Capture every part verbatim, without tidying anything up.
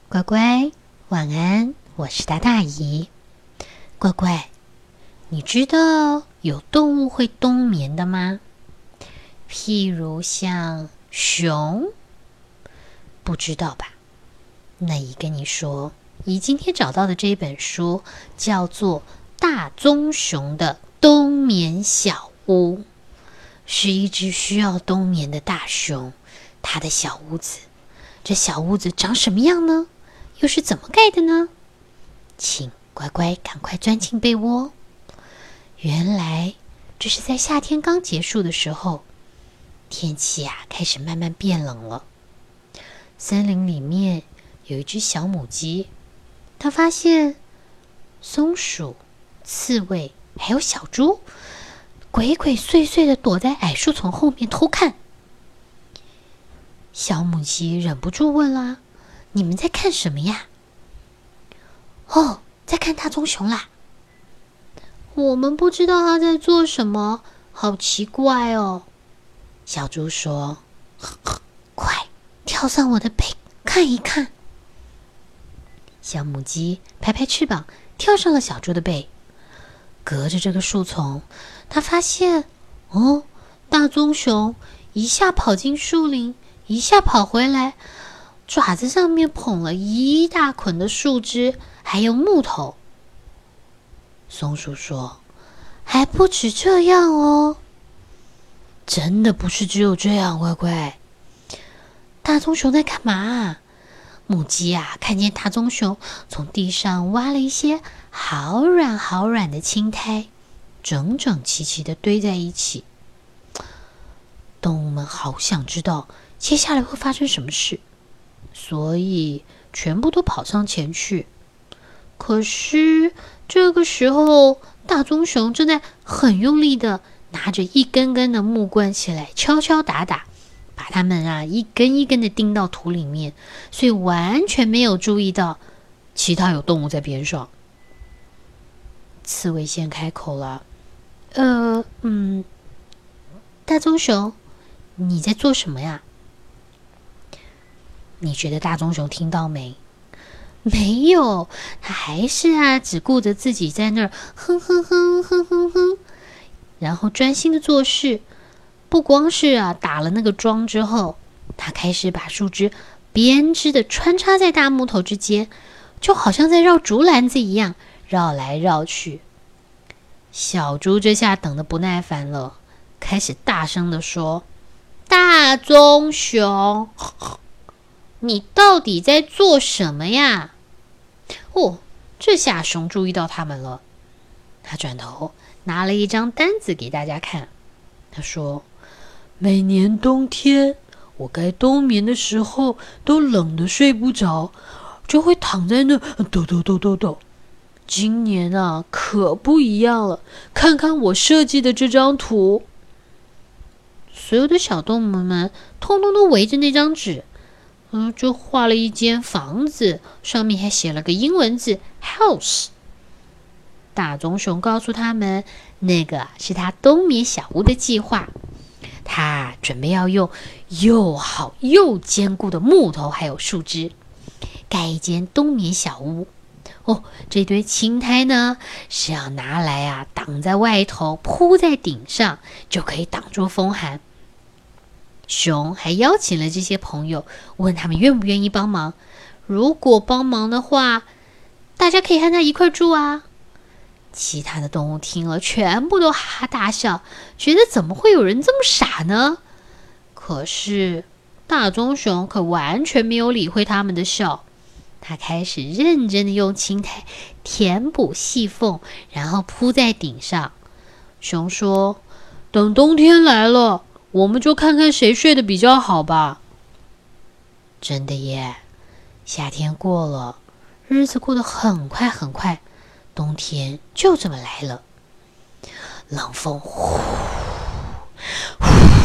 乖乖，晚安，我是大大姨。乖乖，你知道有动物会冬眠的吗？譬如像熊，不知道吧？那姨跟你说，姨今天找到的这一本书叫做《大棕熊的冬眠小屋》，是一只需要冬眠的大熊，它的小屋子。这小屋子长什么样呢？又是怎么盖的呢？请乖乖赶快钻进被窝。原来这是在夏天刚结束的时候，天气啊开始慢慢变冷了。森林里面有一只小母鸡，它发现松鼠、刺猬还有小猪鬼鬼祟祟地躲在矮树丛后面偷看。小母鸡忍不住问啦：“你们在看什么呀？”“哦，在看大棕熊啦。”“我们不知道它在做什么，好奇怪哦。”小猪说。“快跳上我的背看一看。”小母鸡拍拍翅膀跳上了小猪的背。隔着这个树丛，它发现哦，大棕熊一下跑进树林，一下跑回来，爪子上面捧了一大捆的树枝还有木头。松鼠说：“还不止这样哦。”“真的不是只有这样，乖乖。”“大棕熊在干嘛？”母鸡啊，看见大棕熊从地上挖了一些好软好软的青苔，整整齐齐的堆在一起。动物们好想知道接下来会发生什么事，所以全部都跑上前去。可是这个时候，大棕熊正在很用力的拿着一根根的木棍起来敲敲打打，把它们啊一根一根的钉到土里面，所以完全没有注意到其他有动物在边上。刺猬先开口了：“呃，嗯，大棕熊，你在做什么呀？”你觉得大棕熊听到没？没有，他还是啊只顾着自己在那儿哼哼哼哼哼哼，然后专心的做事。不光是啊打了那个桩之后，他开始把树枝编织的穿插在大木头之间，就好像在绕竹篮子一样绕来绕去。小猪这下等得不耐烦了，开始大声的说：“大棕熊，你到底在做什么呀？”哦，这下熊注意到他们了，他转头拿了一张单子给大家看。他说：“每年冬天，我该冬眠的时候都冷得睡不着，就会躺在那抖抖抖抖抖。今年啊，可不一样了，看看我设计的这张图。”所有的小动物们通通都围着那张纸，嗯，就画了一间房子，上面还写了个英文字 house。 大棕熊告诉他们，那个是他冬眠小屋的计划。他准备要用又好又坚固的木头还有树枝盖一间冬眠小屋。哦，这堆青苔呢是要拿来啊挡在外头，铺在顶上，就可以挡住风寒。熊还邀请了这些朋友，问他们愿不愿意帮忙。如果帮忙的话，大家可以和他一块住啊。其他的动物听了，全部都哈哈大笑，觉得怎么会有人这么傻呢？可是大棕熊可完全没有理会他们的笑，他开始认真的用青苔填补细缝，然后铺在顶上。熊说：“等冬天来了，我们就看看谁睡得比较好吧。”真的耶，夏天过了，日子过得很快很快，冬天就这么来了。冷风呼呼，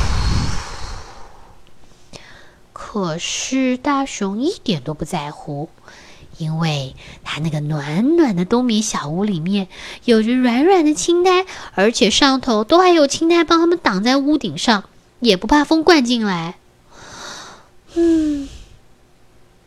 可是大熊一点都不在乎，因为他那个暖暖的冬眠小屋里面有着软软的青苔，而且上头都还有青苔帮他们挡在屋顶上，也不怕风灌进来。嗯，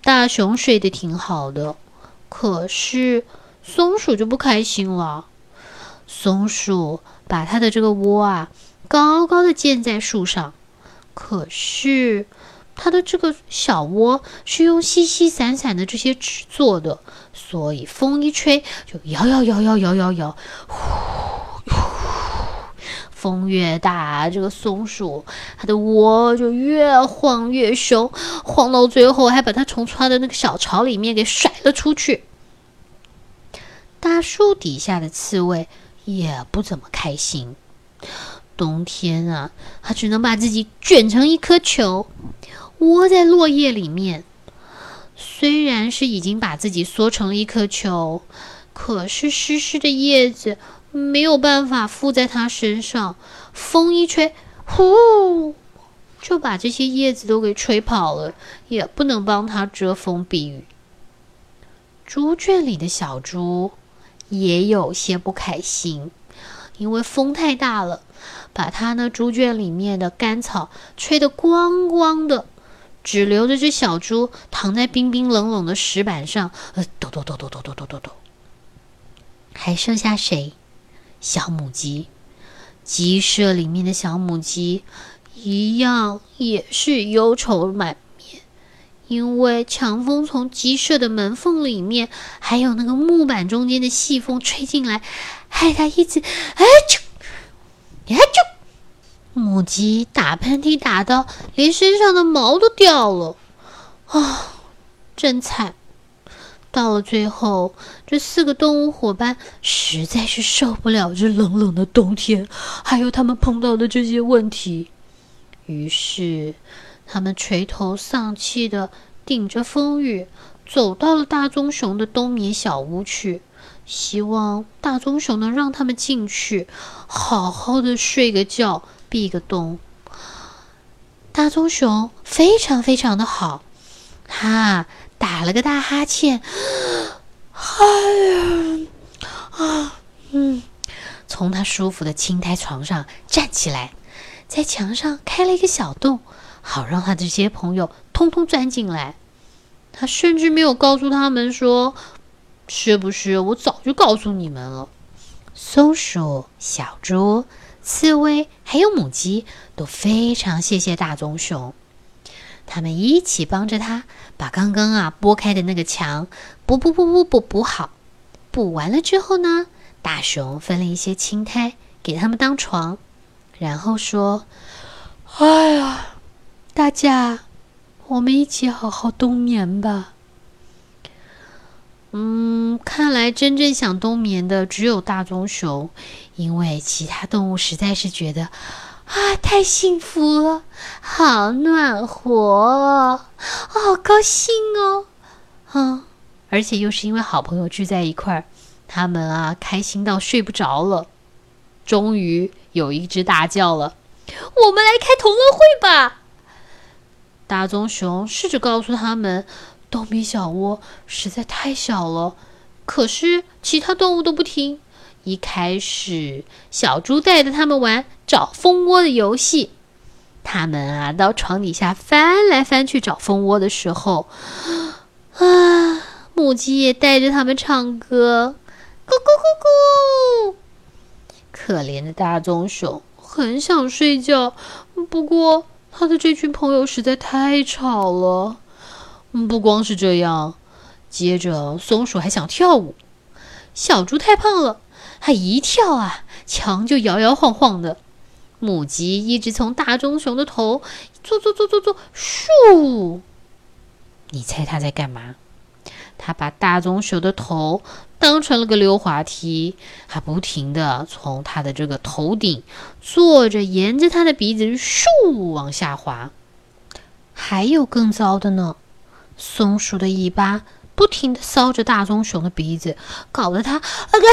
大熊睡得挺好的，可是松鼠就不开心了。松鼠把它的这个窝啊高高的建在树上，可是它的这个小窝是用细细散散的这些纸做的，所以风一吹就摇摇摇摇摇摇摇，呼呼，风越大，这个松鼠它的窝就越晃越凶，晃到最后还把它从它的那个小巢里面给甩了出去。大树底下的刺猬也不怎么开心，冬天啊，它只能把自己卷成一颗球，窝在落叶里面。虽然是已经把自己缩成了一颗球，可是湿湿的叶子没有办法附在它身上，风一吹，呼，就把这些叶子都给吹跑了，也不能帮它遮风避雨。猪圈里的小猪也有些不开心，因为风太大了，把它呢猪圈里面的干草吹得光光的，只留着这小猪躺在冰冰冷冷的石板上，呃，抖抖抖抖抖抖抖抖抖。还剩下谁？小母鸡。鸡舍里面的小母鸡一样也是忧愁满面，因为强风从鸡舍的门缝里面还有那个木板中间的细缝吹进来，害它一直哎啾哎啾，母鸡打喷嚏打到连身上的毛都掉了啊，真惨。到了最后，这四个动物伙伴实在是受不了这冷冷的冬天，还有他们碰到的这些问题，于是他们垂头丧气的顶着风雨走到了大棕熊的冬眠小屋去，希望大棕熊能让他们进去好好的睡个觉，避个冬。大棕熊非常非常的好，他打了个大哈欠，哎呀啊嗯，从他舒服的青苔床上站起来，在墙上开了一个小洞，好让他这些朋友通通钻进来。他甚至没有告诉他们说，是不是我早就告诉你们了。松鼠、小猪、刺猬还有母鸡都非常谢谢大棕熊，他们一起帮着他把刚刚啊拨开的那个墙补补补补补补好。补完了之后呢，大熊分了一些青苔给他们当床，然后说，哎呀，大家我们一起好好冬眠吧。嗯，看来真正想冬眠的只有大棕熊，因为其他动物实在是觉得啊，太幸福了，好暖和，好高兴哦，啊，而且又是因为好朋友聚在一块儿，他们啊开心到睡不着了。终于有一只大叫了，我们来开同乐会吧。大棕熊试着告诉他们，冬眠小窝实在太小了，可是其他动物都不听。一开始小猪带着他们玩找蜂窝的游戏，他们啊到床底下翻来翻去找蜂窝的时候，啊，母鸡也带着他们唱歌，咕咕咕咕。可怜的大棕熊很想睡觉，不过他的这群朋友实在太吵了。不光是这样，接着松鼠还想跳舞，小猪太胖了，它一跳啊，墙就摇摇晃晃的。母鸡一直从大棕熊的头坐坐坐坐坐，咻！你猜它在干嘛？它把大棕熊的头当成了个溜滑梯，它不停的从它的这个头顶坐着，沿着它的鼻子咻往下滑。还有更糟的呢，松鼠的尾巴不停地搔着大棕熊的鼻子，搞得它啊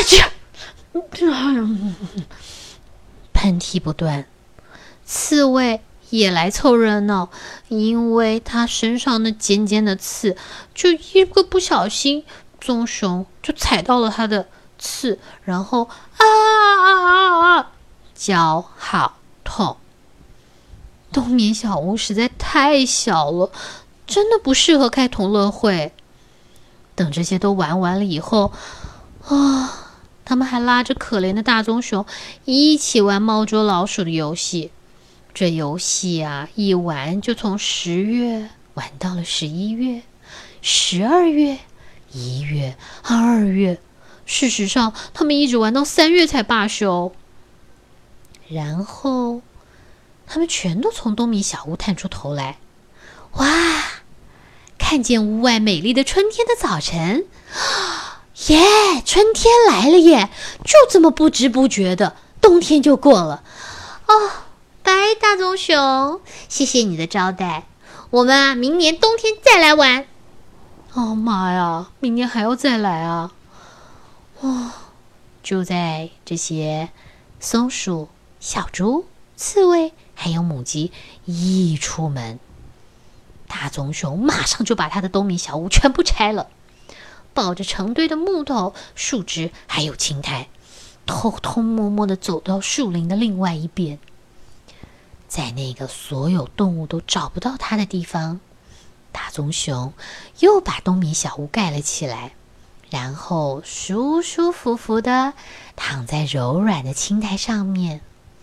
喷嚏不断。刺猬也来凑热闹，因为它身上那尖尖的刺，就一个不小心，棕熊就踩到了它的刺，然后啊啊啊啊，叫好痛。冬眠小屋实在太小了， 真的不适合开同乐会。等这些都玩完了以后，啊，他们还拉着可怜的大棕熊一起玩猫捉老鼠的游戏。这游戏啊，一玩就从十月玩到了十一月、十二月、一月、二月。事实上，他们一直玩到三月才罢休。然后，他们全都从冬米小屋探出头来。哇！看见屋外美丽的春天的早晨，耶！春天来了耶！就这么不知不觉的，冬天就过了。哦，拜，大棕熊，谢谢你的招待。我们啊，明年冬天再来玩。哦妈呀，明年还要再来啊！哦，就在这些松鼠、小猪、刺猬还有母鸡一出门，大棕熊马上就把他的冬米小屋全部拆了，抱着成堆的木头、树枝还有青苔，偷偷摸摸地走到树林的另外一边。在那个所有动物都找不到它的地方，大棕熊又把冬米小屋盖了起来，然后舒舒服服地躺在柔软的青苔上面。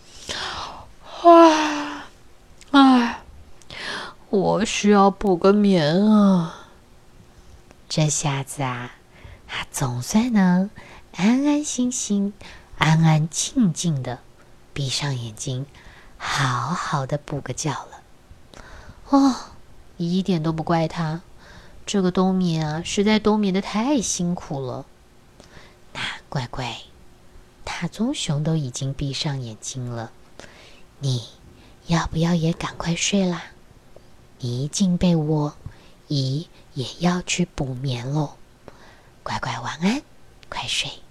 啊，哎，我需要补个眠啊！这下子啊，他总算能安安心心、安安静静的闭上眼睛，好好的补个觉了。哦，一点都不怪他，这个冬眠啊，实在冬眠的太辛苦了。那乖乖，大棕熊都已经闭上眼睛了，你要不要也赶快睡啦？你一进被窝，姨也要去补眠喽。乖乖晚安，快睡。